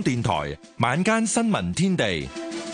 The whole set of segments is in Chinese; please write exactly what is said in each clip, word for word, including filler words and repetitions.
港電台晚間新聞天地。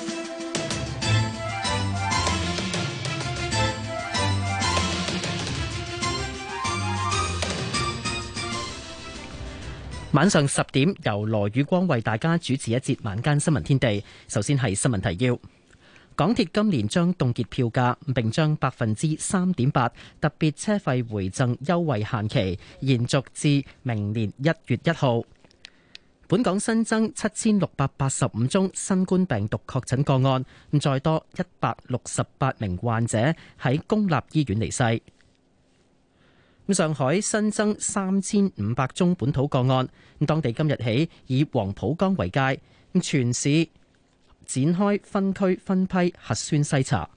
晚上十點，由羅宇光為大家主持一節晚間新聞天地。首先係新聞提要：港鐵今年將凍結票價，並將百分之三點八特別車費回贈優惠限期延續至明年一月一號。本港新增七千六百八十五宗新冠病毒確診個案，再多一百六十八名患者喺公立醫院離世。上海新增三千五百宗本土個案，當地今日起以黃浦江為界，全市展開分區分批核酸篩查。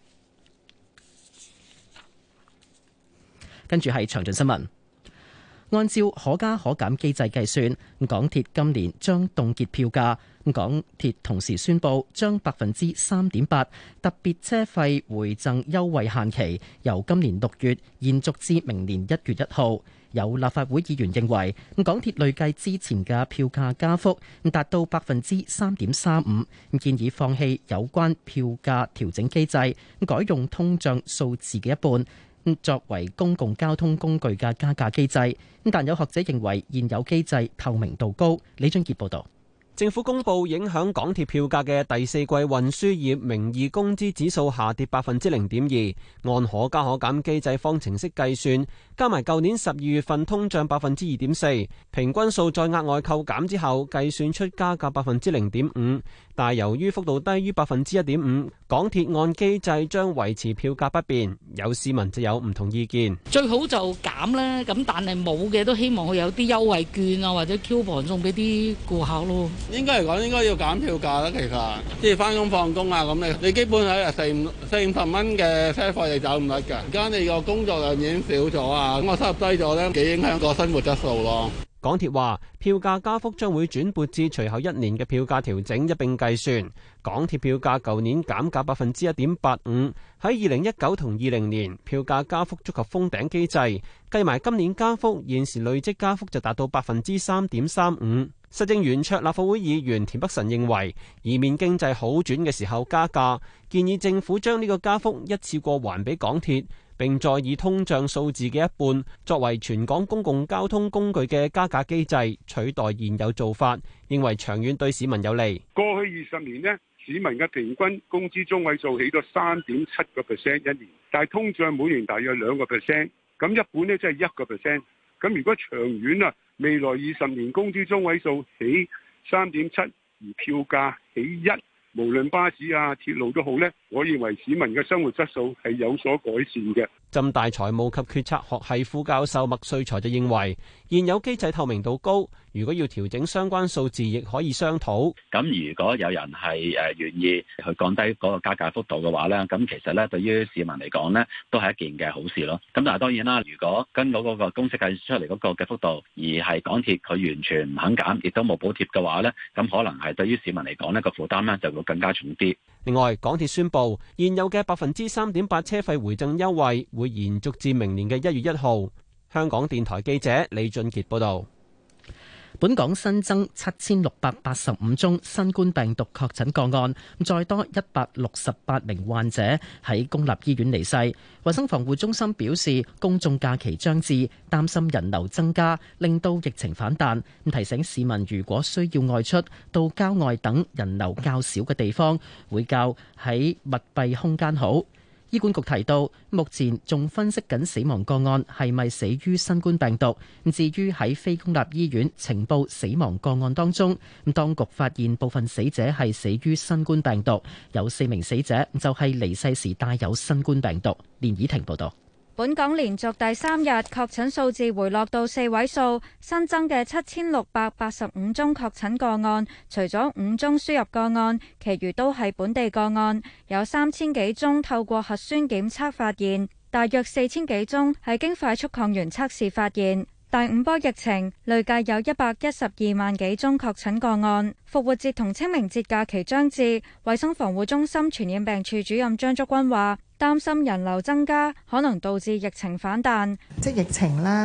跟住係詳盡新聞。按照可加可減機制計算，港鐵今年將凍結票價。港鐵同時宣布將百分之三點八特別車費回贈優惠限期由今年六月延續至明年一月一號。有立法會議員認為，港鐵累計之前嘅票價加幅達到百分之三點三五，建議放棄有關票價調整機制，改用通脹數字嘅一半作為公共交通工具嘅加價機制。但有學者認為現有機制透明度高。李俊傑報導。 政府公布影響港鐵票價嘅第四季運輸業名義工資指數下跌百分之零點二，按可加可減機制方程式計算，加埋舊年十二月份通脹百分之二點四，平均數再額外扣減之後，計算出加價百分之零點五。但由於幅度低於百分之一點五，港鐵按機制將維持票價不變。有市民就有唔同意見， 最好就減啦，咁但係冇嘅都希望佢有啲優惠券啊，或者 coupon 送俾啲顧客咯。 應該嚟講應該要減票價啦，其實即係翻工放工啊，咁你你基本喺四五四五十蚊嘅車費你走唔甩㗎。而家你個工作量已經少咗啊，咁我收入低咗咧，幾影響個生活質素咯。 港鐵話票價加幅將會轉撥至隨後一年嘅票價調整一並計算。港鐵票價舊年減價百分之一點八五，喺二零一九同二零年票價加幅觸及封頂機制，計埋今年加幅，現時累積加幅就達到百分之三點三五。實政圓桌立法會議員田北辰認為，以免經濟好轉嘅時候加價，建議政府將呢個加幅一次過還俾港鐵，並再以通脹數字嘅一半作為全港公共交通工具嘅加價機制，取代現有做法，認為長遠對市民有利。 過去二十年呢，市民嘅平均工資中位數起咗三點七個 percent 一年，但係通脹每年大約兩個 percent， 咁一半呢即係一個 percent。咁如果長遠啊，未來二十年工資中位數起三點七，而票價起一，無論巴士啊、鐵路都好呢，我認為市民嘅生活質素係有所改善嘅。 浸大財務及決策學系副教授麥瑞才就認為，現有機制透明度高，如果要調整相關數字，亦可以商討。 咁如果有人係誒願意去降低嗰個加價幅度嘅話咧，咁其實咧對於市民嚟講咧，都係一件嘅好事咯。咁但係當然啦，如果跟到嗰個公式計出嚟嗰個嘅幅度，而係港鐵佢完全唔肯減，亦都冇補貼嘅話咧，咁可能係對於市民嚟講呢個負擔咧就會更加重啲。 另外，港鐵宣布現有嘅百分之三點八車費回贈優惠會延續至明年嘅一月一號。香港電台記者李俊傑報道。 本港新增七千六百八十五宗新冠病毒確診個案，再多一百六十八名患者喺公立醫院離世。衛生防護中心表示，公眾假期將至，擔心人流增加，令到疫情反彈。提醒市民，如果需要外出到郊外等人流較少嘅地方，會較喺密閉空間好。醫管局提到，目前仲分析緊死亡個案係咪死於新冠病毒。至於喺非公立醫院呈報死亡個案當中，當局發現部分死者係死於新冠病毒，有四名死者就係離世時帶有新冠病毒。連倚婷報道。 本港連續第三日確診數字回落到四位數，新增嘅七千六百八十五宗確診個案，除咗五宗輸入個案，其餘都係本地個案，有三千幾宗透過核酸檢測發現，大約四千幾宗係經快速抗原測試發現。第五波疫情累計有一百一十二萬幾宗確診個案。復活節同清明節假期將至，衛生防護中心傳染病處主任張竹君話，擔心人流增加可能導致疫情反彈。 即疫情咧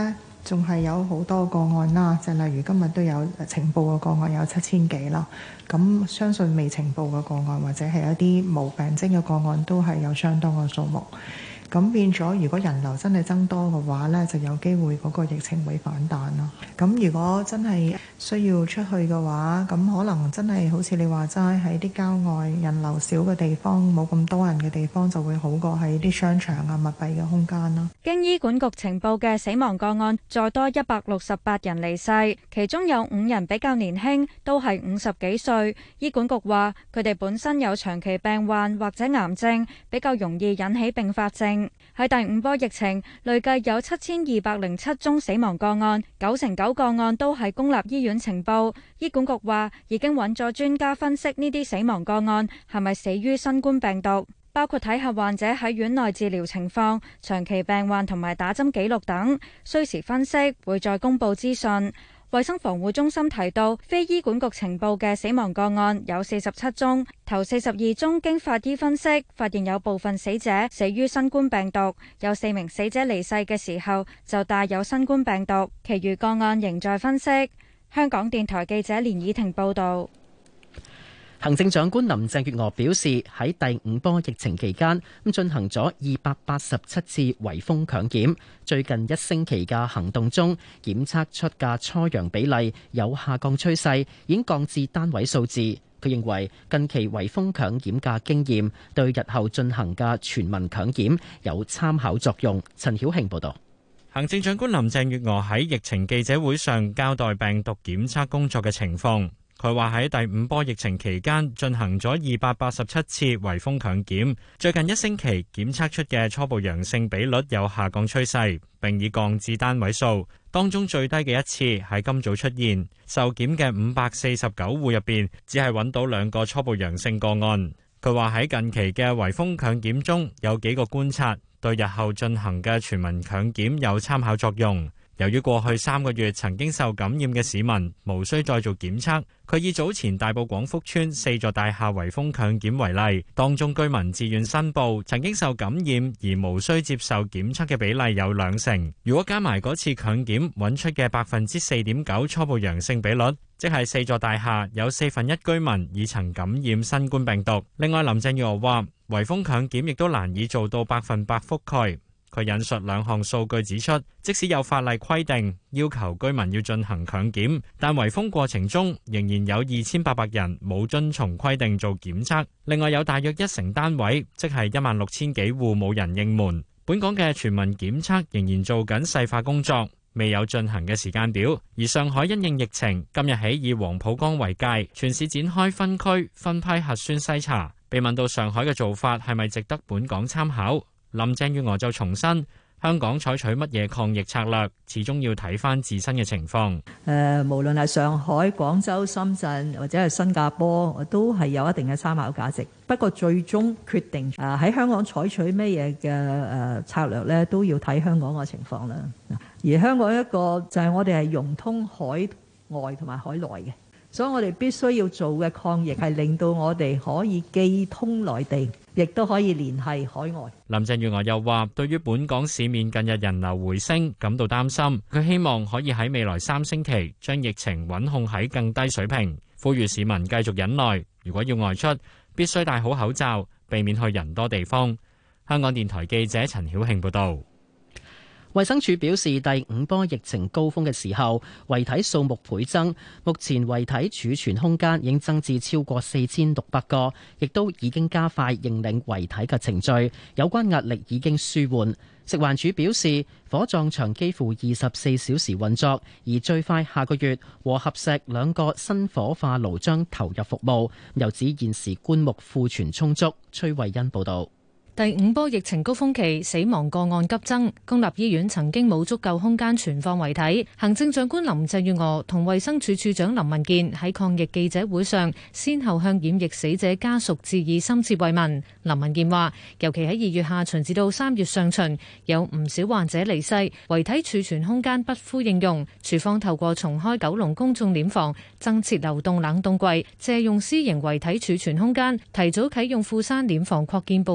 仲係有好多個案啦，就例如今日都有呈報嘅個案有七千幾啦。咁相信未呈報嘅個案或者係一啲無病徵嘅個案都係有相當嘅數目。咁變咗，如果人流真係增多嘅話呢，就有機會嗰個疫情會反彈咯。咁如果真係需要出去嘅話，咁可能真係好似你話齋喺啲郊外人流少嘅地方，冇咁多人嘅地方，就會好過喺啲商場啊、密閉嘅空間啦。 經醫管局呈報嘅死亡個案再多一百六十八人離世，其中有五人比較年輕，都係五十幾歲。醫管局話佢哋本身有長期病患或者癌症，比較容易引起併發症。喺第五波疫情，累計有七千二百零七宗死亡個案，九成九個案都係公立醫院呈報。醫管局話已經揾咗專家分析呢啲死亡個案係咪死於新冠病毒，包括睇下患者喺院內治療情況、長期病患同埋打針記錄等，需時分析，會再公佈資訊。衛生防護中心提到，非醫管局呈報嘅死亡個案有四十七宗，頭四十二宗經法醫分析，發現有部分死者死於新冠病毒，有四名死者離世嘅時候就帶有新冠病毒，其餘個案仍在分析。香港電台記者連以婷報道。 行政長官林鄭月娥表示，喺第五波疫情期間咁進行咗二百八十七次圍封強檢，最近一星期嘅行動中檢測出嘅初陽比例有下降趨勢，已經降至單位數字。佢認為近期圍封強檢嘅經驗對日後進行嘅全民強檢有參考作用。陳曉慶報導。 行政長官林鄭月娥喺疫情記者會上交代病毒檢測工作嘅情況。佢話喺第五波疫情期間進行咗二百八十七次圍封強檢，最近一星期檢測出嘅初步陽性比率有下降趨勢，並已降至單位數。當中最低嘅一次喺今早出現，受檢嘅五百四十九戶入邊，只係揾到兩個初步陽性個案。佢話喺近期嘅圍封強檢中有幾個觀察，對日後進行嘅全民強檢有參考作用。由於過去三個月曾經受感染嘅市民無需再做檢測，佢以早前大埔廣福邨四座大廈圍封強檢為例，當中居民自願申報曾經受感染而無需接受檢測嘅比例有兩成。如果加埋嗰次強檢揾出嘅百分之四點九初步陽性比率，即係四座大廈有四分一居民已曾感染新冠病毒。另外，林鄭月娥話圍封強檢亦都難以做到百分百覆蓋。佢引述兩項數據指出，即使有法例規定要求居民要進行強檢，但圍封過程中仍然有二千八百人冇遵從規定做檢測。另外有大約一成單位，即係一萬六千幾戶冇人應門。本港嘅全民檢測仍然做緊細化工作，未有進行嘅時間表。而上海因應疫情，今日起以黃浦江為界，全市展開分區分批核酸篩查。被問到上海嘅做法係咪值得本港參考？林鄭月娥就重申，香港採取乜嘢抗疫策略，始終要睇返自身嘅情況。 誒，無論係上海、廣州、深圳或者係新加坡，都係有一定嘅參考價值。不過最終決定誒喺香港採取咩嘢嘅誒策略咧，都要睇香港嘅情況啦。而香港一個就係我哋係融通海外同埋海內嘅。所以我哋必須要做嘅抗疫係令到我哋可以既通內地，亦都可以聯繫海外。 林鄭月娥又話，對於本港市面近日人流回升感到擔心，佢希望可以喺未來三星期將疫情穩控喺更低水平，呼籲市民繼續忍耐。如果要外出，必須戴好口罩，避免去人多地方。香港電台記者陳曉慶報導。 衛生署表示，第五波疫情高峰嘅時候，遺體數目倍增，目前遺體儲存空間已經增至超過四千六百個，亦都已經加快認領遺體嘅程序，有關壓力已經舒緩。食環署表示，火葬場幾乎二十四小時運作，而最快下個月和合石兩個新火化爐將投入服務。又指現時棺木庫存充足。崔慧欣報導。 第五波疫情高峰期，死亡個案急增，公立醫院曾經冇足夠空間存放遺體。行政長官林鄭月娥同衛生署署長林文健喺抗疫記者會上，先後向染疫死者家屬致以深切慰問。林文健話，尤其喺二月下旬至到三月上旬，有唔少患者離世，遺體儲存空間不敷應用。署方透過重開九龍公眾殮房，增設流動冷凍櫃，借用私營遺體儲存空間，提早啟用富山殮房擴建部分嘅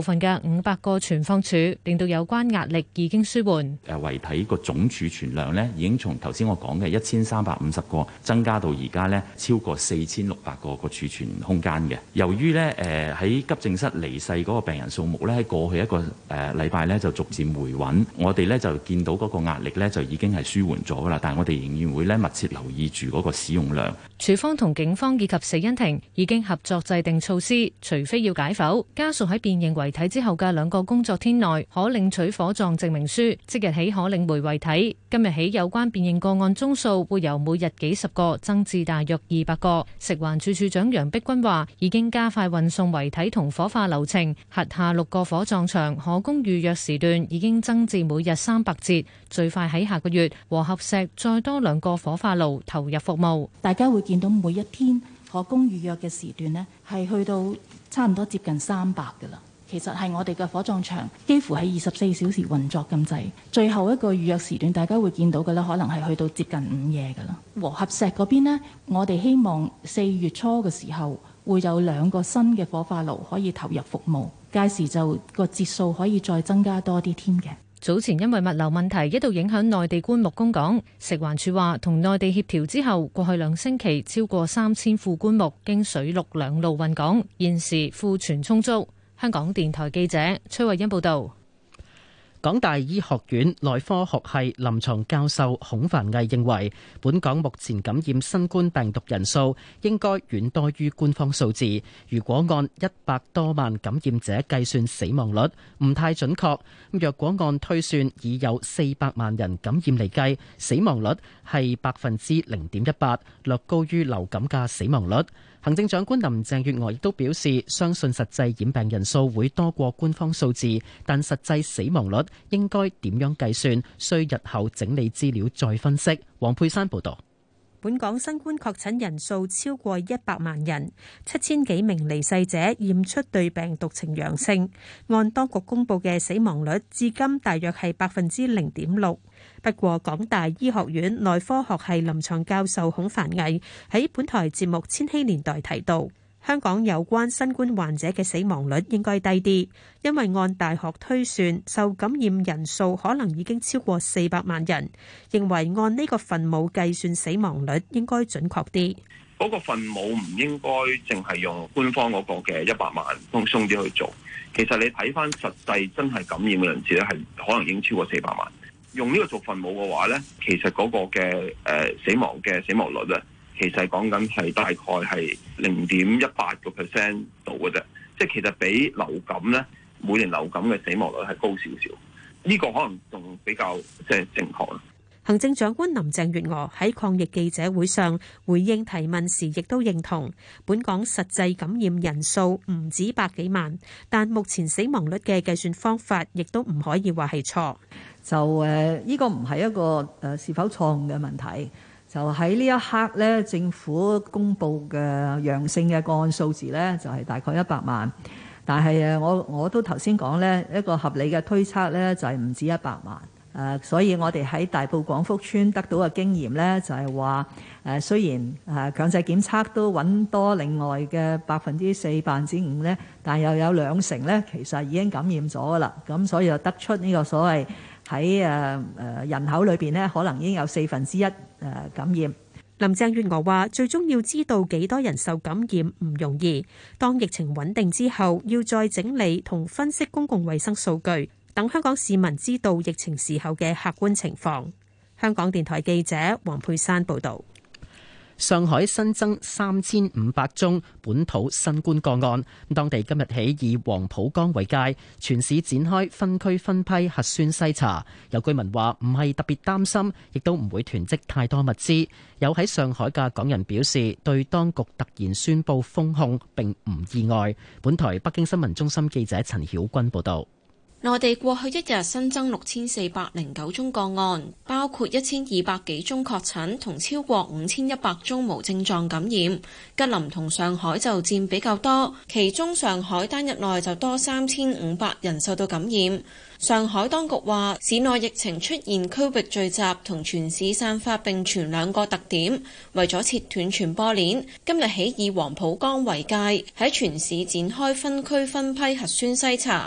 五百個存放處，令到有關壓力已經舒緩。 誒遺體個總儲存量呢，已經從頭先我講嘅一千三百五十個增加到而家呢超過四千六百個個儲存空間嘅。由於呢誒喺急症室離世嗰個病人數目呢，喺過去一個誒禮拜呢就逐漸回穩，我哋呢就見到嗰個壓力呢就已經係舒緩咗㗎啦。但係我哋仍然會呢密切留意住嗰個使用量。 署方同警方以及死因庭已經合作制定措施，除非要解剖，家屬喺辨認遺體之後嘅兩個工作天內可領取火葬證明書，即日起可領回遺體。今日起有關辨認個案宗數會由每日幾十個增至大約二百個。食環署署長楊碧君話，已經加快運送遺體同火化流程，轄下六個火葬場可供預約時段已經增至每日三百節，最快喺下個月和合石再多兩個火化爐投入服務。 大家會見到每一天可供預約嘅時段呢，係去到差唔多接近三百㗎啦。其實係我哋嘅火葬場幾乎係二十四小時運作咁滯。最後一個預約時段，大家會見到嘅咧，可能係去到接近午夜㗎啦。和合石嗰邊呢，我哋希望四月初嘅時候會有兩個新嘅火化爐可以投入服務，屆時就個節數可以再增加多啲添嘅。 早前因為物流問題一度影響內地棺木供港，食環署話同內地協調之後，過去兩星期超過三千副棺木經水陸兩路運港，現時庫存充足。香港電台記者崔慧欣報道。港大醫學院內科學系臨床教授孔凡毅認為，本港目前感染新冠病毒人數應該遠多於官方數字。如果按一百多萬感染者計算死亡率，唔太準確。若果按推算已有四百萬人感染嚟計，死亡率係百分之零點一八，略高於流感嘅死亡率。行政長官林鄭月娥亦都表示，相信實際染病人數會多過官方數字，但實際死亡率應該點樣計算，需日後整理資料再分析。黃佩珊報導。 本港新冠確診人數超過一百萬人，七千幾名離世者驗出對病毒呈陽性。按當局公佈嘅死亡率，至今大約係百分之零點六。不過，港大醫學院內科學系臨床教授孔凡毅喺本台節目《千禧年代》提到，香港有關新冠患者嘅死亡率應該低啲，因為按大學推算，受感染人數可能已經超過四百萬人。認為按呢個分母計算死亡率應該準確啲。 嗰個分母唔應該淨係用官方嗰個嘅一百萬鬆鬆啲去做。其實你睇翻實際真係感染嘅人士咧，係可能已經超過四百萬。用呢個做分母嘅話咧，其實嗰個嘅誒死亡嘅死亡率咧，其實講緊係大概係零點一八個 percent 度嘅啫。即係其實比流感咧，每年流感嘅死亡率係高少少。呢個可能仲比較即係正確。 行政長官林鄭月娥喺抗疫記者會上回應提問時，亦都認同本港實際感染人數唔止百幾萬，但目前死亡率嘅計算方法亦都唔可以話係錯。 就誒，呢個唔係一個誒是否錯誤嘅問題。就喺呢一刻咧，政府公布嘅陽性嘅個案數字咧，就係大概一百萬。但係誒，我我都頭先講咧，一個合理嘅推測咧，就係唔止一百萬。誒，所以我哋喺大埔廣福村得到嘅經驗咧，就係話誒，雖然誒強制檢測都揾多另外嘅百分之四、百分之五咧，但又有兩成咧，其實已經感染咗噶啦。咁所以就得出呢個所謂喺誒誒人口裏邊咧，可能已經有四分之一誒感染。 林鄭月娥話：最終要知道幾多人受感染唔容易，當疫情穩定之後，要再整理同分析公共衛生數據，等香港市民知道疫情時候嘅客觀情況。香港電台記者黃佩珊報導。上海新增三千五百宗本土新冠個案，當地今日起以黃浦江為界，全市展開分區分批核酸篩查。有居民話唔係特別擔心，亦都唔會囤積太多物資。有喺上海嘅港人表示，對當局突然宣布封控並唔意外。本台北京新聞中心記者陳曉君報導。 內地過去一日新增六千四百零九宗個案，包括一千二百幾宗確診同超過五千一百宗無症狀感染。吉林同上海就佔比較多，其中上海單日內就多三千五百人受到感染。上海當局話，市內疫情出現區域聚集同全市散發並傳兩個特點，為咗切斷傳播鏈，今日起以黃浦江為界，喺全市展開分區分批核酸篩查。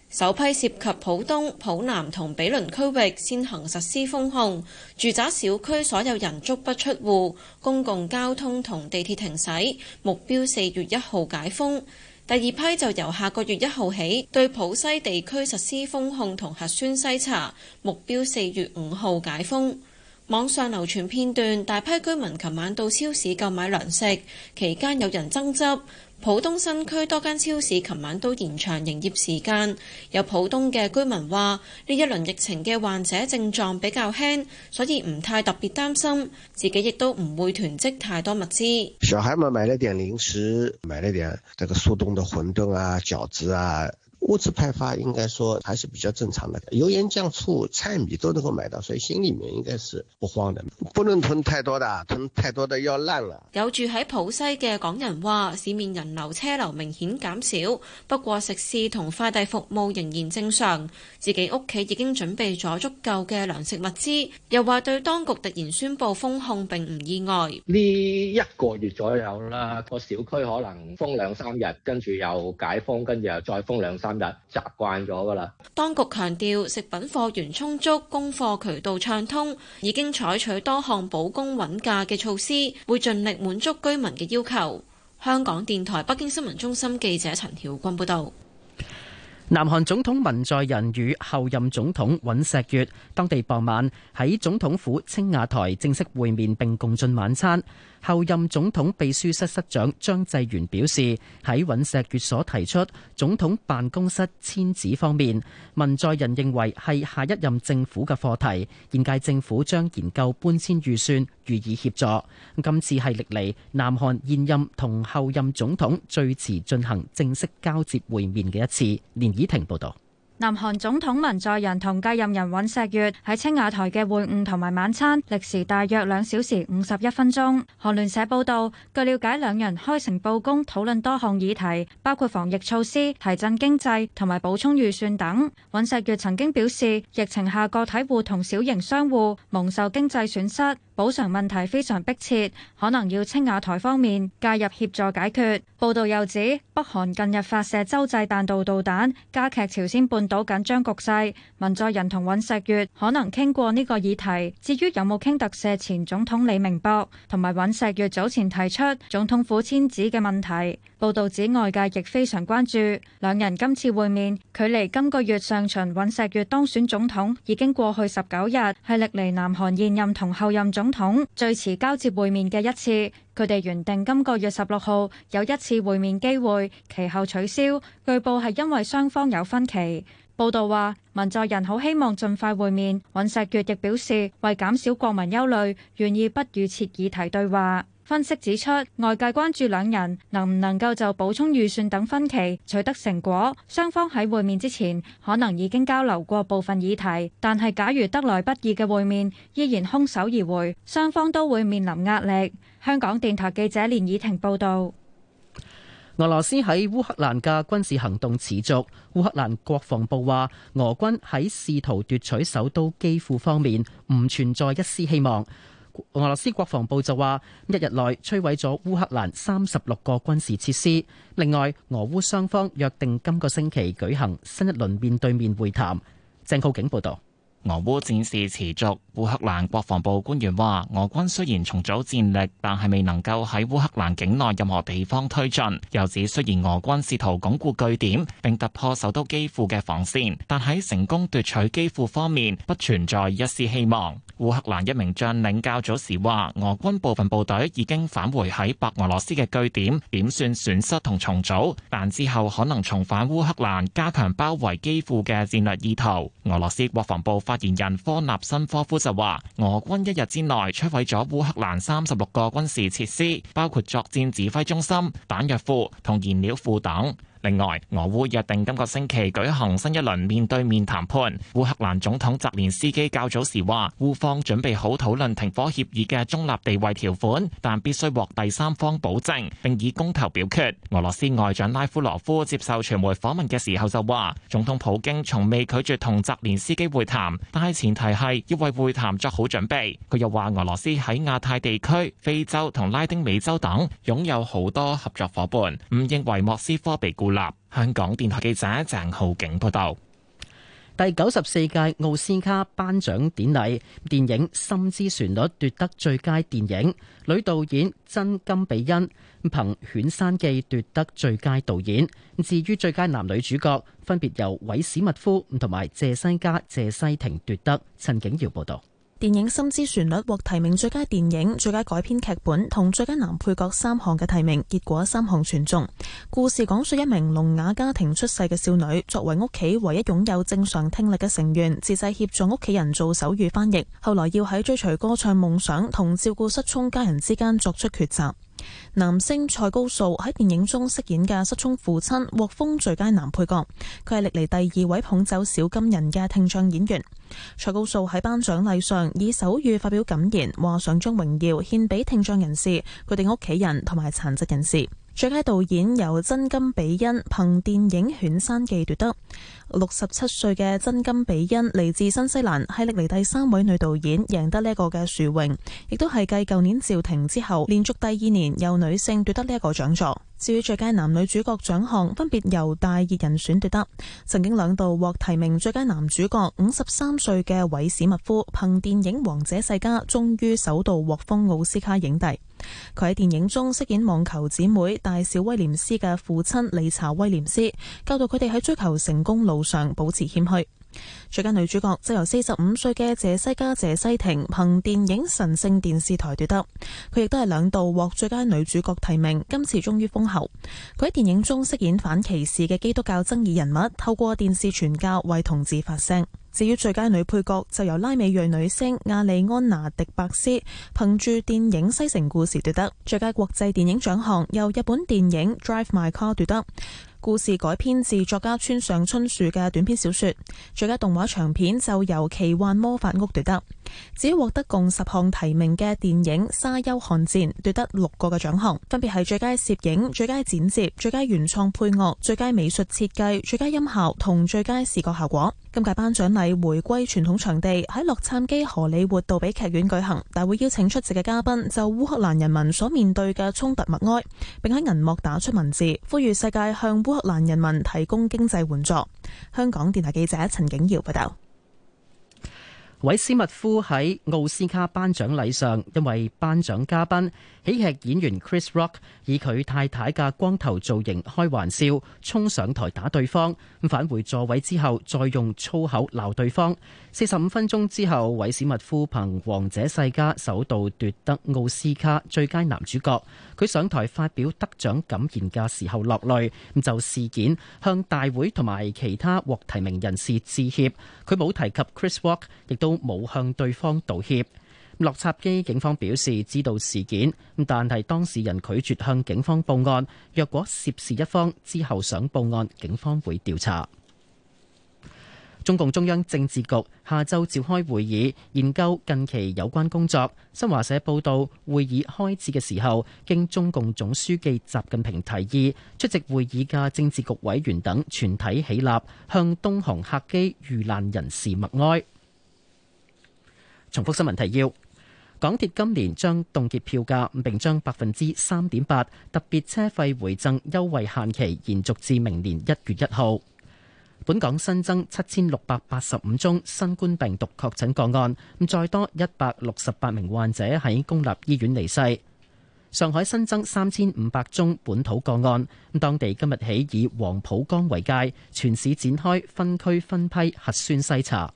首批涉及浦東、浦南同毗鄰區域先行實施封控，住宅小區所有人足不出戶，公共交通同地鐵停駛，目標四月一號解封。第二批就由下個月一號起對浦西地區實施封控同核酸篩查，目標四月五號解封。網上流傳片段，大批居民琴晚到超市購買糧食，期間有人爭執。浦東新區多間超市琴晚都延長營業時間，有浦東嘅居民話：呢一輪疫情嘅患者症狀比較輕，所以唔太特別擔心，自己亦都唔會囤積太多物資。 小孩們買了點零食，買了點這個速凍的餛飩啊、餃子啊。物資派發應該說還是比較正常的，油鹽醬醋菜米都能夠買到，所以心裡面應該是不慌的。不能囤太多的，囤太多的要爛了。 有住喺浦西嘅港人話，市面人流車流明顯減少，不過食肆同快遞服務仍然正常。自己屋企已經準備咗足夠嘅糧食物資，又話對當局突然宣布封控並唔意外。 呢一個月左右啦，個小區可能封兩三日，跟住又解封，跟住又再封兩三日。習慣咗噶啦。 當局強調食品貨源充足，供貨渠道暢通，已經採取多項保供穩價嘅措施，會盡力滿足居民嘅要求。香港電台北京新聞中心記者陳曉君報道。 南韓總統文在寅與後任總統尹錫悅當地傍晚喺總統府青瓦台正式會面並共進晚餐。後任總統秘書室室長張濟元表示，喺尹錫悅所提出總統辦公室遷址方面，文在寅認為係下一任政府嘅課題，現屆政府將研究搬遷預算予以協助。今次係歷嚟南韓現任同後任總統最遲進行正式交接會面嘅一次。連以婷報道。 南韓總統文在寅同繼任人尹錫悅喺青瓦台嘅會晤同埋晚餐，歷時大約兩小時五十一分鐘。韓聯社報道，據了解，兩人開誠佈公討論多項議題，包括防疫措施、提振經濟同埋補充預算等。尹錫悅曾經表示，疫情下個體戶同小型商戶蒙受經濟損失，補償問題非常迫切，可能要青瓦台方面介入協助解決。報道又指，北韓近日發射洲際彈道導彈，加劇朝鮮半島緊張局勢。文在寅同尹錫悅可能傾過呢個議題。至於有冇傾特赦前總統李明博同埋尹錫悅早前提出總統府遷址嘅問題，報道指外界亦非常關注。兩人今次會面，距離今個月上旬尹錫悅當選總統已經過去十九日，係歷嚟南韓現任同後任總統最遲交接會面嘅一次。佢哋原定今個月十六號有一次會面機會，其後取消，據報係因為雙方有分歧。報道話，文在寅好希望盡快會面，尹錫悅亦表示為減少國民憂慮，願意不預設議題對話。分析指出，外界關注兩人能唔能夠就補充預算等分歧取得成果。雙方喺會面之前可能已經交流過部分議題，但係假如得來不易嘅會面依然空手而回，雙方都會面臨壓力。香港電台記者連以婷報導。 俄羅斯喺烏克蘭嘅軍事行動持續。烏克蘭國防部話，俄軍喺試圖奪取首都基輔方面唔存在一絲希望。俄羅斯國防部就話，一日內摧毀咗烏克蘭三十六個軍事設施。另外，俄烏雙方約定今個星期舉行新一輪面對面會談。鄭浩景報道。 俄烏戰事持續，烏克蘭國防部官員話，俄軍雖然重組戰力，但係未能夠喺烏克蘭境內任何地方推進。又指雖然俄軍試圖鞏固據點並突破首都基輔嘅防線，但喺成功奪取基輔方面不存在一絲希望。烏克蘭一名將領較早時話，俄軍部分部隊已經返回喺白俄羅斯嘅據點，點算損失同重組，但之後可能重返烏克蘭，加強包圍基輔嘅戰略意圖。俄羅斯國防部發言人科納申科夫就話，俄軍一日之內摧毀咗烏克蘭三十六個軍事設施，包括作戰指揮中心、彈藥庫同燃料庫等。另外，俄烏約定今個星期舉行新一輪面對面談判。烏克蘭總統澤連斯基較早時話，烏方準備好討論停火協議嘅中立地位條款，但必須獲第三方保證，並以公投表決。俄羅斯外長拉夫羅夫接受傳媒訪問嘅時候就話，總統普京從未拒絕同澤連斯基會談，但係前提係要為會談作好準備。佢又話，俄羅斯喺亞太地區、非洲同拉丁美洲等擁有好多合作夥伴，唔認為莫斯科被孤立。 香港電台記者鄭浩景報道。 第九十四屆奧斯卡頒獎典禮，電影《心之旋律》奪得最佳電影，女導演真金比恩憑《犬山記》奪得最佳導演。至於最佳男女主角，分別由韋史密夫同埋謝西嘉、謝西婷奪得。陳景瑤報道。 電影《心之旋律》獲提名最佳電影、最佳改編劇本同最佳男配角三項嘅提名，結果三項全中。故事講述一名聾啞家庭出世嘅少女，作為屋企唯一擁有正常聽力嘅成員，自製協助屋企人做手語翻譯，後來要喺追隨歌唱夢想同照顧失聰家人之間作出抉擇。男星蔡高素喺電影中飾演嘅失聰父親獲封最佳男配角，佢係歷嚟第二位捧走小金人嘅聽障演員。蔡高素喺頒獎禮上以手語發表感言，話想將榮耀獻俾聽障人士、佢哋屋企人同埋殘疾人士。最佳導演由真金比恩憑電影《犬山記》奪得。六十七歲嘅真金比恩嚟自新西蘭，係歷嚟第三位女導演贏得呢一個嘅殊榮，亦都係繼舊年趙婷之後，連續第二年由女性奪得呢一個獎座。至於最佳男女主角獎項，分別由大熱人選奪得。曾經兩度獲提名最佳男主角五十三歲嘅韋史密夫，憑電影《王者世家》終於首度獲封奧斯卡影帝。佢喺電影中飾演網球姊妹大小威廉斯嘅父親理查威廉斯，教導佢哋喺追求成功路上保持謙虛。最佳女主角就由四十五歲嘅謝西嘉謝西婷憑電影《神聖電視台》奪得，佢亦都係兩度獲最佳女主角提名，今次終於封后。佢喺電影中飾演反歧視嘅基督教爭議人物，透過電視傳教為同志發聲。至於最佳女配角就由拉美裔女星亞莉安娜迪伯斯憑住電影《西城故事》奪得。最佳國際電影獎項由日本電影《Drive My Car》奪得。故事改編自作家村上春樹嘅短篇小說。最佳動畫長片就由奇幻魔法屋奪得。至於獲得共十項提名嘅電影《沙丘瀚戰》奪得六個嘅獎項，分別係最佳攝影、最佳剪接、最佳原創配樂、最佳美術設計、最佳音效同最佳視覺效果。今屆頒獎禮回歸傳統場地喺洛杉磯荷里活杜比劇院舉行，大會邀請出席嘅嘉賓就烏克蘭人民所面對嘅衝突默哀，並喺銀幕打出文字，呼籲世界向烏克蘭人民提供經濟援助。香港電台記者陳景瑤報道。 韋斯密夫喺奧斯卡頒獎禮上，因為頒獎嘉賓喜劇演員 Chris Rock 以佢太太嘅光頭造型開玩笑，衝上台打對方，返回座位之後再用粗口鬧對方。四十五分鐘之後，韋史密夫憑《王者世家》首度奪得奧斯卡最佳男主角。佢上台發表得獎感言嘅時候落淚，就事件向大會同埋其他獲提名人士致歉。佢冇提及 Chris Rock， 亦都冇向對方道歉。洛杉磯警方表示知道事件，但係當事人拒絕向警方報案。若果涉事一方之後想報案，警方會調查。中共中央政治局下晝召開會議，研究近期有關工作。新華社報道，會議開始嘅時候，經中共總書記習近平提議，出席會議嘅政治局委員等全體起立，向東航客機遇難人士默哀。重複新聞提要：港鐵今年將凍結票價，並將百分之三點八特別車費回贈優惠限期延續至明年一月一號。本港新增七千六百八十五宗新冠病毒確診個案，再多一百六十八名患者喺公立醫院離世。上海新增三千五百宗本土個案，當地今日起以黃浦江為界，全市展開分區分批核酸篩查。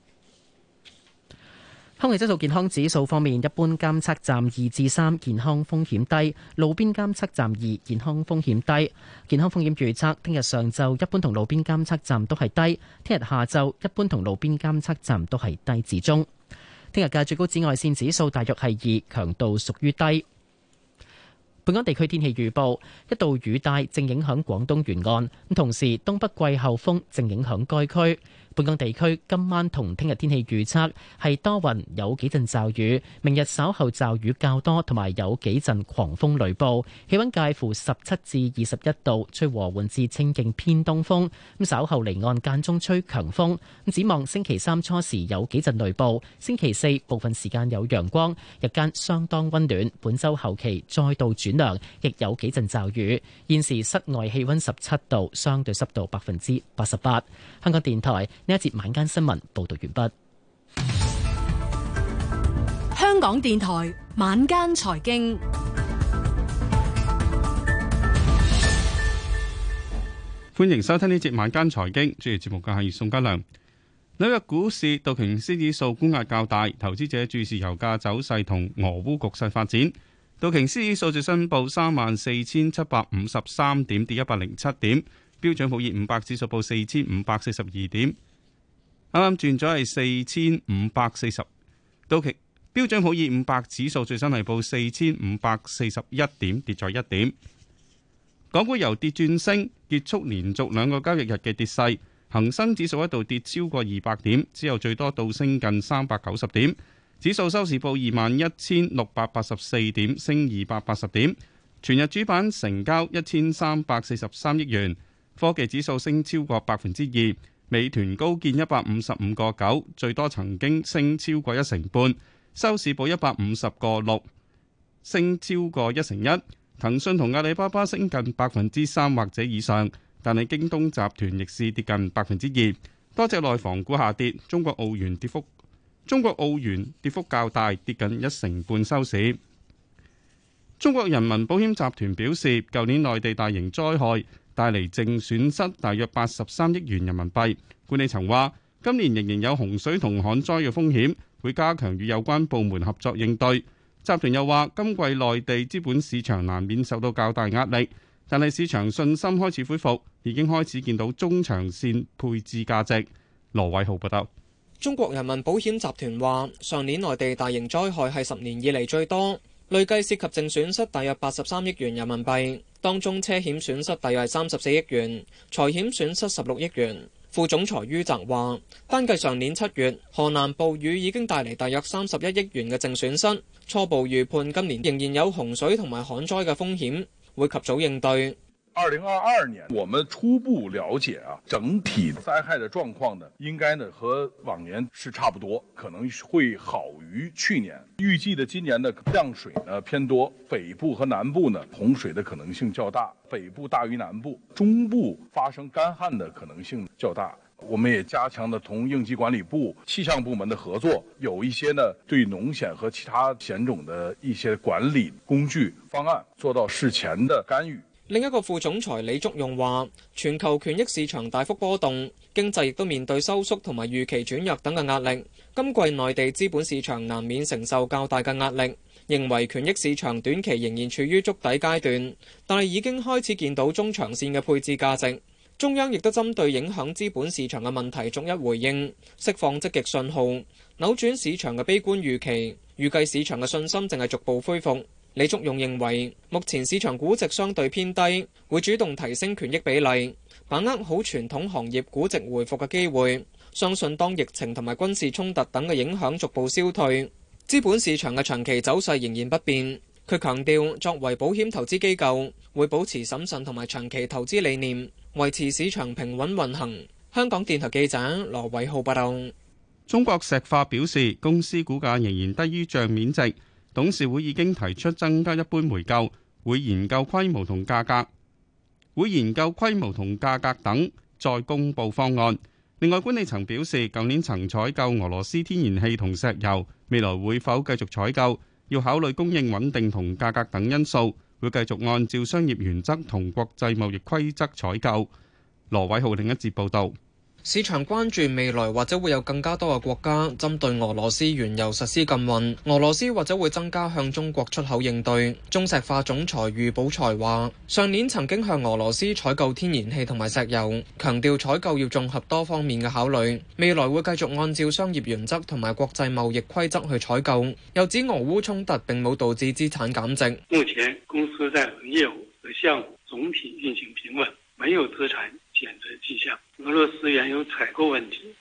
空氣質素健康指數方面，一般監測站二至三，健康風險低；路邊監測站二，健康風險低。健康風險預測：聽日上晝一般同路邊監測站都係低；聽日下晝一般同路邊監測站都係低至中。聽日嘅最高紫外線指數大約係二，強度屬於低。本港地區天氣預報：一道雨帶正影響廣東沿岸，同時東北季候風正影響該區。 本港地區今晚同聽日天氣預測係多雲，有幾陣驟雨。明日稍後驟雨較多，同埋有幾陣狂風雷暴。氣溫介乎十七至二十一度，吹和緩至清勁偏東風。咁稍後離岸間中吹強風。咁展望星期三初時有幾陣雷暴，星期四部分時間有陽光，日間相當溫暖。本週後期再度轉涼，亦有幾陣驟雨。現時室外氣溫十七度，相對濕度百分之八十八。香港電台呢一節晚間新聞報道完畢。 香港電台晚間財經， 歡迎收聽呢節晚間財經。主持節目嘅係宋家良。紐約股市道瓊斯指數沽壓較大，投資者注視油價走勢同俄烏局勢發展。道瓊斯指數最新報三萬四千七百五十三點，跌一百零七點。標準普爾五百指數報四千五百四十二點，啱啱轉咗係四千五百四十。道瓊標準普爾五百指數最新係報四千五百四十一點，跌咗一點。港股由跌轉升，結束連續兩個交易日嘅跌勢。恒生指數一度跌超過二百點，之後最多倒升近三百九十點。指數收市報二萬一千六百八十四點，升二百八十點。全日主板成交一千三百四十三億元。科技指數升超過百分之二，美團高見一百五十五個九，最多曾經升超過一成半，收市報一百五十個六，升超過一成一。騰訊同阿里巴巴升近百分之三或者以上，但係京東集團逆市跌近百分之二。多隻內房股下跌，中國澳元跌幅，中國澳元跌幅較大，跌近一成半收市。中國人民保險集團表示，舊年內地大型災害帶嚟淨損失大約八十三億元人民幣。管理層話，今年仍然有洪水同旱災嘅風險，會加強與有關部門合作應對。集團又話，今季內地資本市場難免受到較大壓力，但係市場信心開始恢復，已經開始見到中長線配置價值。羅偉浩報道。 中國人民保險集團話，上年內地大型災害係十年以嚟最多，累計涉及淨損失大約八十三億元人民幣。當中車險損失大約係三十四億元，財險損失十六億元。副總裁于澤話，單計上年七月，河南暴雨已經帶嚟大約三十一億元嘅淨損失。初步預判今年仍然有洪水同埋旱災嘅風險，會及早應對。 二零二二年，我們初步了解啊，整體災害的狀況呢，應該呢和往年是差不多，可能會好於去年。預計的今年的降水呢偏多，北部和南部呢洪水的可能性較大，北部大於南部，中部發生乾旱的可能性較大。我們也加強了同應急管理部、氣象部門的合作，有一些呢對農險和其他險種的一些管理工具方案，做到事前的干預。 另一個副總裁李竹用話，全球權益市場大幅波動，經濟亦都面對收縮同埋預期轉弱等嘅壓力。今季內地資本市場難免承受較大嘅壓力，認為權益市場短期仍然處於築底階段，但係已經開始見到中長線嘅配置價值。中央亦都針對影響資本市場嘅問題逐一回應，釋放積極信號，扭轉市場嘅悲觀預期，預計市場嘅信心正係逐步恢復。李竹勇認為，目前市場估值相對偏低，會主動提升權益比例，把握好傳統行業估值回復嘅機會。相信當疫情同埋軍事衝突等嘅影響逐步消退，資本市場嘅長期走勢仍然不變。佢強調，作為保險投資機構，會保持審慎同埋長期投資理念，維持市場平穩運行。香港電台記者羅偉浩報道。 中國石化表示，公司股價仍然低於帳面值。董事會已經提出增加一般回購，會研究規模同價格，會研究規模同價格等，再公布方案。另外，管理層表示，舊年曾採購俄羅斯天然氣同石油，未來會否繼續採購，要考慮供應穩定同價格等因素，會繼續按照商業原則同國際貿易規則採購。羅偉浩另一節報導。 市場關注未來或者會有更加多嘅國家針對俄羅斯原油實施禁運，俄羅斯或者會增加向中國出口應對。中石化總裁俞寶才話：上年曾經向俄羅斯採購天然氣同埋石油，強調採購要綜合多方面嘅考慮，未來會繼續按照商業原則同埋國際貿易規則去採購。又指俄烏衝突並冇導致資產減值。 目前公司在業務和項目總體運行平穩，沒有資產減值跡象。俄羅斯原油採購問題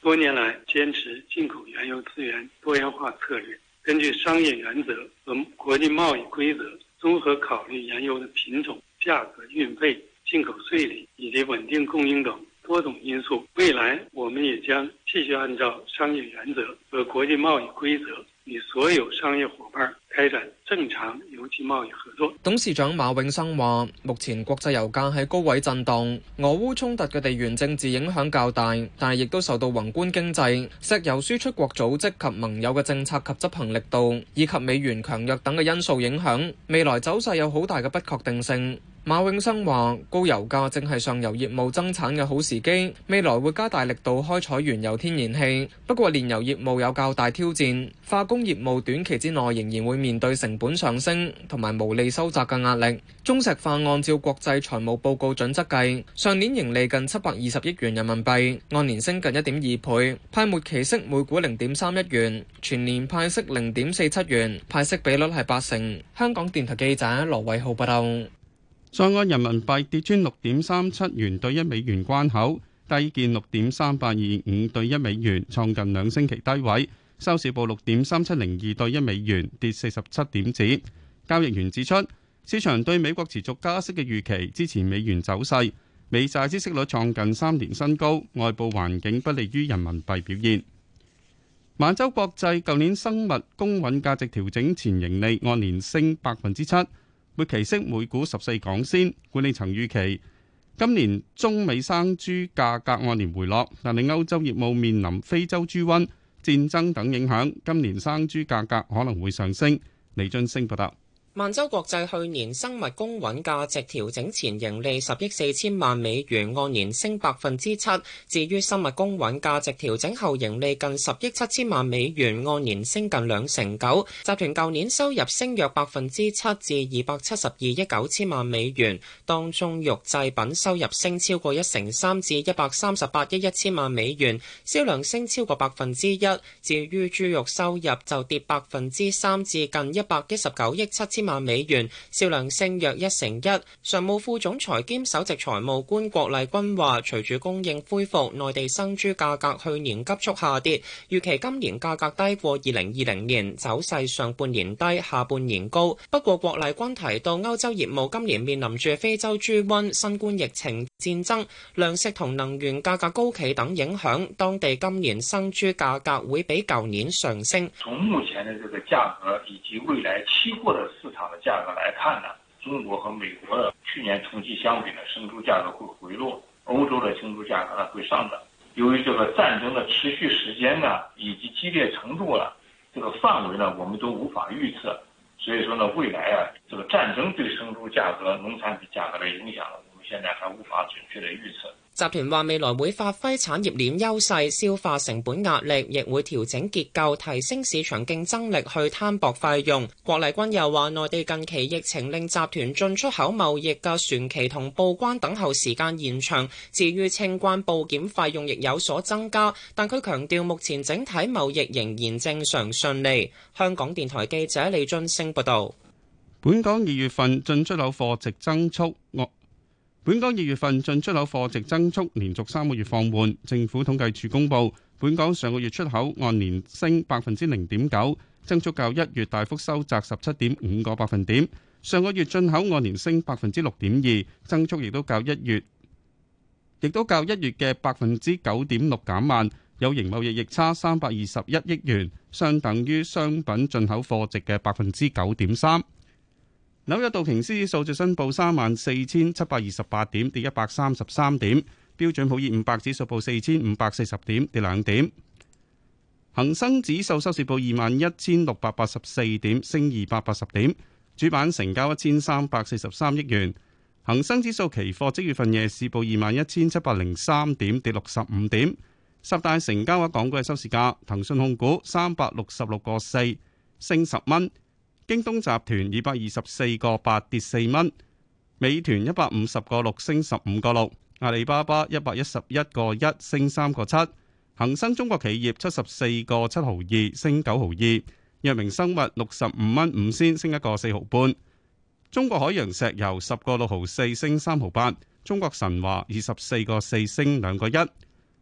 多年来坚持进口原油资源多元化策略，根据商业原则和国际贸易规则，综合考虑原油的品种、价格、运费、进口税率以及稳定供应等多种因素。未来我们也将继续按照商业原则和国际贸易规则，与所有商业伙伴開展正常油氣貿易合作。 董事長馬永生話：目前國際油價喺高位震盪，俄烏衝突嘅地緣政治影響較大，但係亦都受到宏觀經濟、石油輸出國組織及盟友嘅政策及執行力度，以及美元強弱等嘅因素影響，未來走勢有好大嘅不確定性。馬永生話：高油價正係上游業務增產嘅好時機，未來會加大力度開採原油天然氣。不過煉油業務有較大挑戰，化工業務短期之內仍然會面對成本上升同埋毛利收窄嘅壓力。中石化按照國際財務報告準則計，上年盈利近七百二十億元人民幣，按年升近一點二倍，派末期息每股零點三一元，全年派息零點四七元，派息比率係八成。香港電台記者羅偉浩報道。 在岸人民幣跌穿六點三七元對一美元關口，低見六點三八二五對一美元，創近兩星期低位。收市報六點三七零二對一美元，跌四十七點子。交易員指出，市場對美國持續加息嘅預期支持美元走勢，美債孳息率創近三年新高，外部環境不利於人民幣表現。萬洲國際舊年生物公允價值調整前盈利按年升百分之七。末期息每股十四港仙，管理層預期今年中美生豬價格按年回落，但係歐洲業務面臨非洲豬瘟、戰爭等影響，今年生豬價格可能會上升。李俊升報道。 萬洲國際去年生物公允價值調整前盈利十億四千萬美元，按年升百分之七。至於生物公允價值調整後盈利近十億七千萬美元，按年升近兩成九。集團舊年收入升約百分之七至二百七十二億九千萬美元，當中肉製品收入升超過一成三至一百三十八億一千萬美元，銷量升超過百分之一。至於豬肉收入就跌百分之三至近一百一十九億七千萬美元，銷量升約一成一。常務副總裁兼首席財務官郭麗君話，隨住供應恢復，內地生豬價格去年急速下跌，預期今年價格低過二零二零年，走勢上半年低，下半年高。不過郭麗君提到，歐洲業務今年面臨住非洲豬瘟、新冠疫情、戰爭、糧食同能源價格高企等影響，當地今年生豬價格會比舊年上升。 從目前的這個價格以及未來期貨的市場的價格來看呢，中國和美國的去年同期相比呢，生豬價格會回落，歐洲的生豬價格呢會上漲。由於這個戰爭的持續時間呢，以及激烈程度啊，這個範圍呢，我們都無法預測。所以說呢，未來啊，這個戰爭對生豬價格、農產品價格的影響，我們現在還無法準確的預測。 集團話未來會發揮產業鏈優勢，消化成本壓力，亦會調整結構，提升市場競爭力，去攤薄費用。郭麗君又話，內地近期疫情令集團進出口貿易嘅船期同報關等候時間延長，至於清關報檢費用亦有所增加，但佢強調目前整體貿易仍然正常順利。香港電台記者李津升報道。 本港二月份進出口貨值增速惡。本港二月份進出口貨值增速連續三個月放緩。政府統計處公佈，本港上個月出口按年升百分之零點九，增速較一月大幅收窄十七點五個百分點。上個月進口按年升百分之六點二，增速亦都較一月，亦都較一月嘅百分之九點六減慢。有形貿易逆差三百二十一億元，相等於商品進口貨值嘅百分之九點三。紐約道瓊斯指數最新報三萬四千七百二十八點，跌一百三十三點。標準普爾五百指數報四千五百四十點，跌兩點。恒生指數收市報二萬一千六百八十四點，升二百八十點。主板成交一千三百四十三億元。恒生指數期貨即月份夜市報二萬一千七百零三點，跌六十五點。十大成交額港股嘅收市價，騰訊控股三百六十六個四，升十蚊。京東集團二百二十四個八，跌四蚊，美團一百五十個六，升十五個六，阿里巴巴一百一十一個一，升三個七，恒生中國企業七十四個七毫二，升九毫二，藥明生物六十五蚊五仙，升一個四毫半，中國海洋石油十個六毫四，升三毫八，中國神華二十四個四，升兩個一。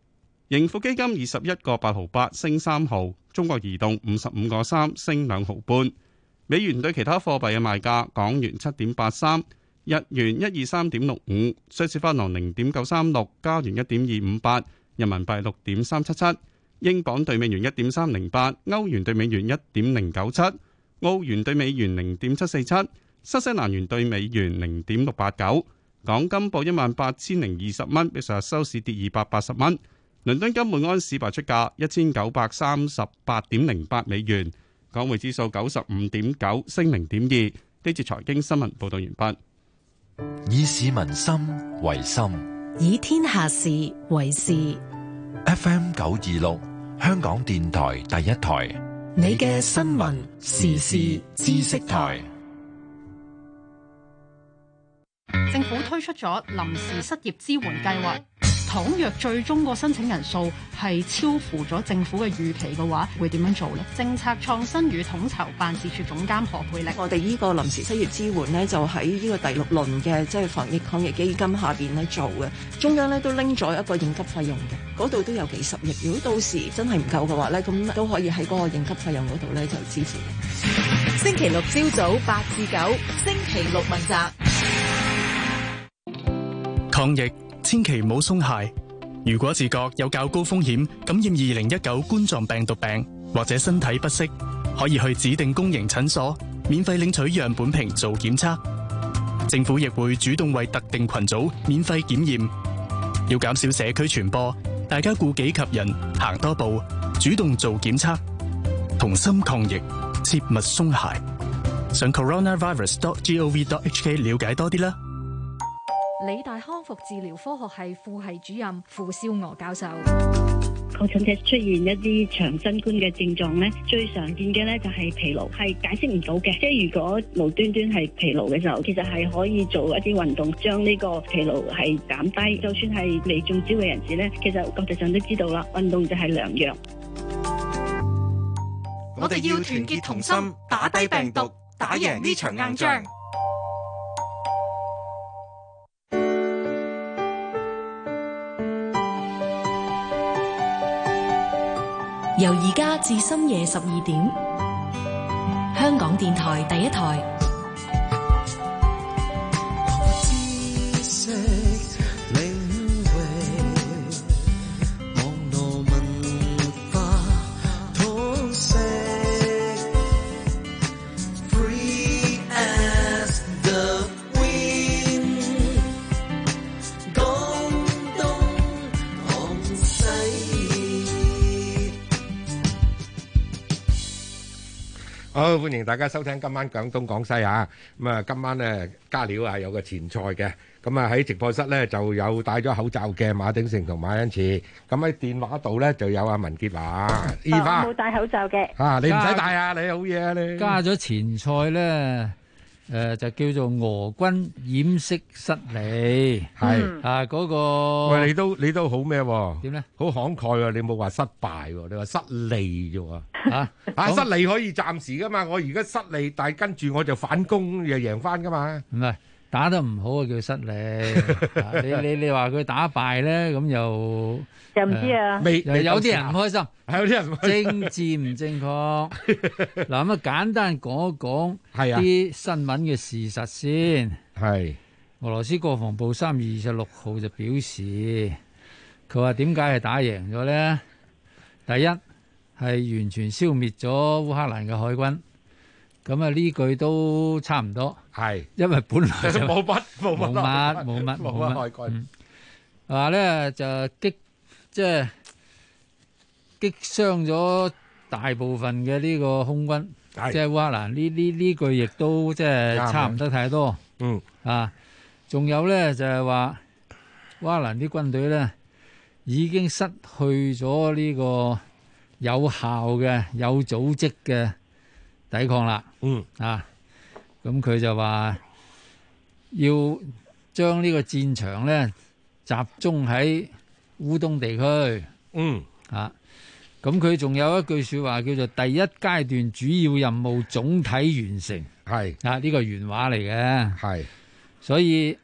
盈富基金二十一個八毫八升三毫，中國移動五十五個三升兩毫半。美元對其他貨幣嘅賣價：港元七點八三，日元一二三點六五，瑞士法郎零點九三六，加元一點二五八，人民幣六點三七七，英鎊對美元一點三零八，歐元對美元一點零九七，澳元對美元零點七四七，新西蘭元對美元零點六八九。港金報一萬八千零二十蚊，比上日收市跌二百八十蚊。倫敦金每安士賣出價一千九百三十八點零八美元，港匯指數九十五點九升零點二。呢節財經新聞報道完畢。 以市民心為心， 以天下事為事。 F M 九二六，香港電台第一台， 你嘅新聞時事知識台。 政府推出咗臨時失業支援計劃。倘若最終個申請人數係超乎咗政府嘅預期嘅話，會點樣做呢？政策創新與統籌辦事處總監何佩玲， 我哋呢個臨時失業支援呢，就喺呢個第六輪嘅即係防疫抗疫基金下邊咧做嘅。中央咧都拎咗一個應急費用嘅，嗰度都有幾十億。如果到時真係唔夠嘅話咧，咁都可以喺嗰個應急費用嗰度咧就支付。 星期六朝早八至九，星期六問責。 抗疫千祈唔好鬆懈。如果自覺有較高風險感染二零一九冠狀病毒病，或者身體不適，可以去指定公營診所免費領取樣本瓶做檢測。政府亦會主動為特定群組免費檢驗。要減少社區傳播，大家顧己及人，行多步，主動做檢測，同心抗疫，切勿鬆懈。上 coronavirus dot gov dot hk 了解多啲啦。 理大康復治療科學系副系主任傅少娥教授， 確診者出現一啲長新冠嘅症狀咧，最常見嘅咧就係疲勞，係解釋唔到嘅。即係如果無端端係疲勞嘅時候，其實係可以做一啲運動，將呢個疲勞係減低。就算係未中招嘅人士咧，其實國際上都知道啦，運動就係良藥。 我哋要團結同心，打低病毒，打贏呢場硬仗。 由而家至深夜十二點，香港電台第一台。 好，歡迎大家收聽今晚廣東廣西啊！咁啊，今晚咧加料啊，有個前菜嘅。咁啊喺直播室咧就有戴咗口罩嘅馬鼎盛同馬恩賜。咁喺電話度咧就有阿文潔華。依花冇戴口罩嘅。 啊，你唔使戴啊！你好嘢啊！你加咗前菜咧。誒、呃、就叫做俄軍掩飾失利， 係、 嗯、啊嗰、那個喂，你都你都好咩喎？ 點咧？ 好慷慨喎！你冇話失敗喎，你話失利啫喎。 啊啊失利可以暫時噶嘛？我而家失利，但係跟住我就反攻又贏翻噶嘛？ 唔係打得唔好啊，叫失利。啊、你你你話佢打敗咧，咁又又唔知啊？ 未有啲人唔開心， 係有啲人唔開心政治唔正確。嗱咁啊，簡單講一講係啲新聞嘅事實先。 係俄羅斯國防部三月二十六號就表示，佢話點解係打贏咗咧？第一係完全消滅咗烏克蘭嘅海軍。咁啊呢句都差唔多， 係因為本來就冇乜冇乜冇乜冇乜冇乜海軍，話咧就擊即係擊傷咗大部分嘅呢個空軍，即係烏克蘭呢呢呢句亦都即係差唔得太多。 嗯啊，仲有咧就係話烏克蘭啲軍隊咧已經失去咗呢個有效嘅有組織嘅抵抗啦。 嗯啊，咁佢就話要將呢個戰場咧集中喺烏東地區。 嗯啊，咁佢仲有一句說話叫做第一階段主要任務總體完成。 係啊，呢個原話嚟嘅。 係， 所以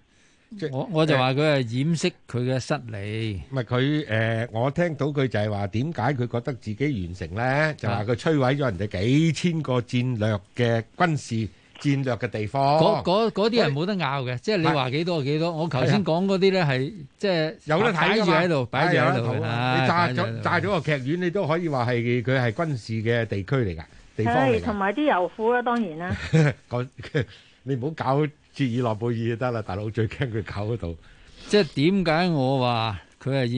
我我就話佢係掩飾佢嘅失利。 唔係佢誒，我聽到佢就係話點解佢覺得自己完成咧？就話佢摧毀咗人哋幾千個戰略嘅軍事戰略嘅地方。 嗰嗰嗰啲係冇得拗嘅，即係你話幾多就幾多。我頭先講嗰啲咧係即係有得睇擺住喺度，擺住喺度。 你炸咗炸咗個劇院，你都可以話係佢係軍事嘅地區嚟㗎，地方嚟㗎。 係同埋啲油庫啦，當然啦。 講你唔好搞切爾諾貝爾就得啦，大佬最驚佢搞嗰度。 即係點解我話佢係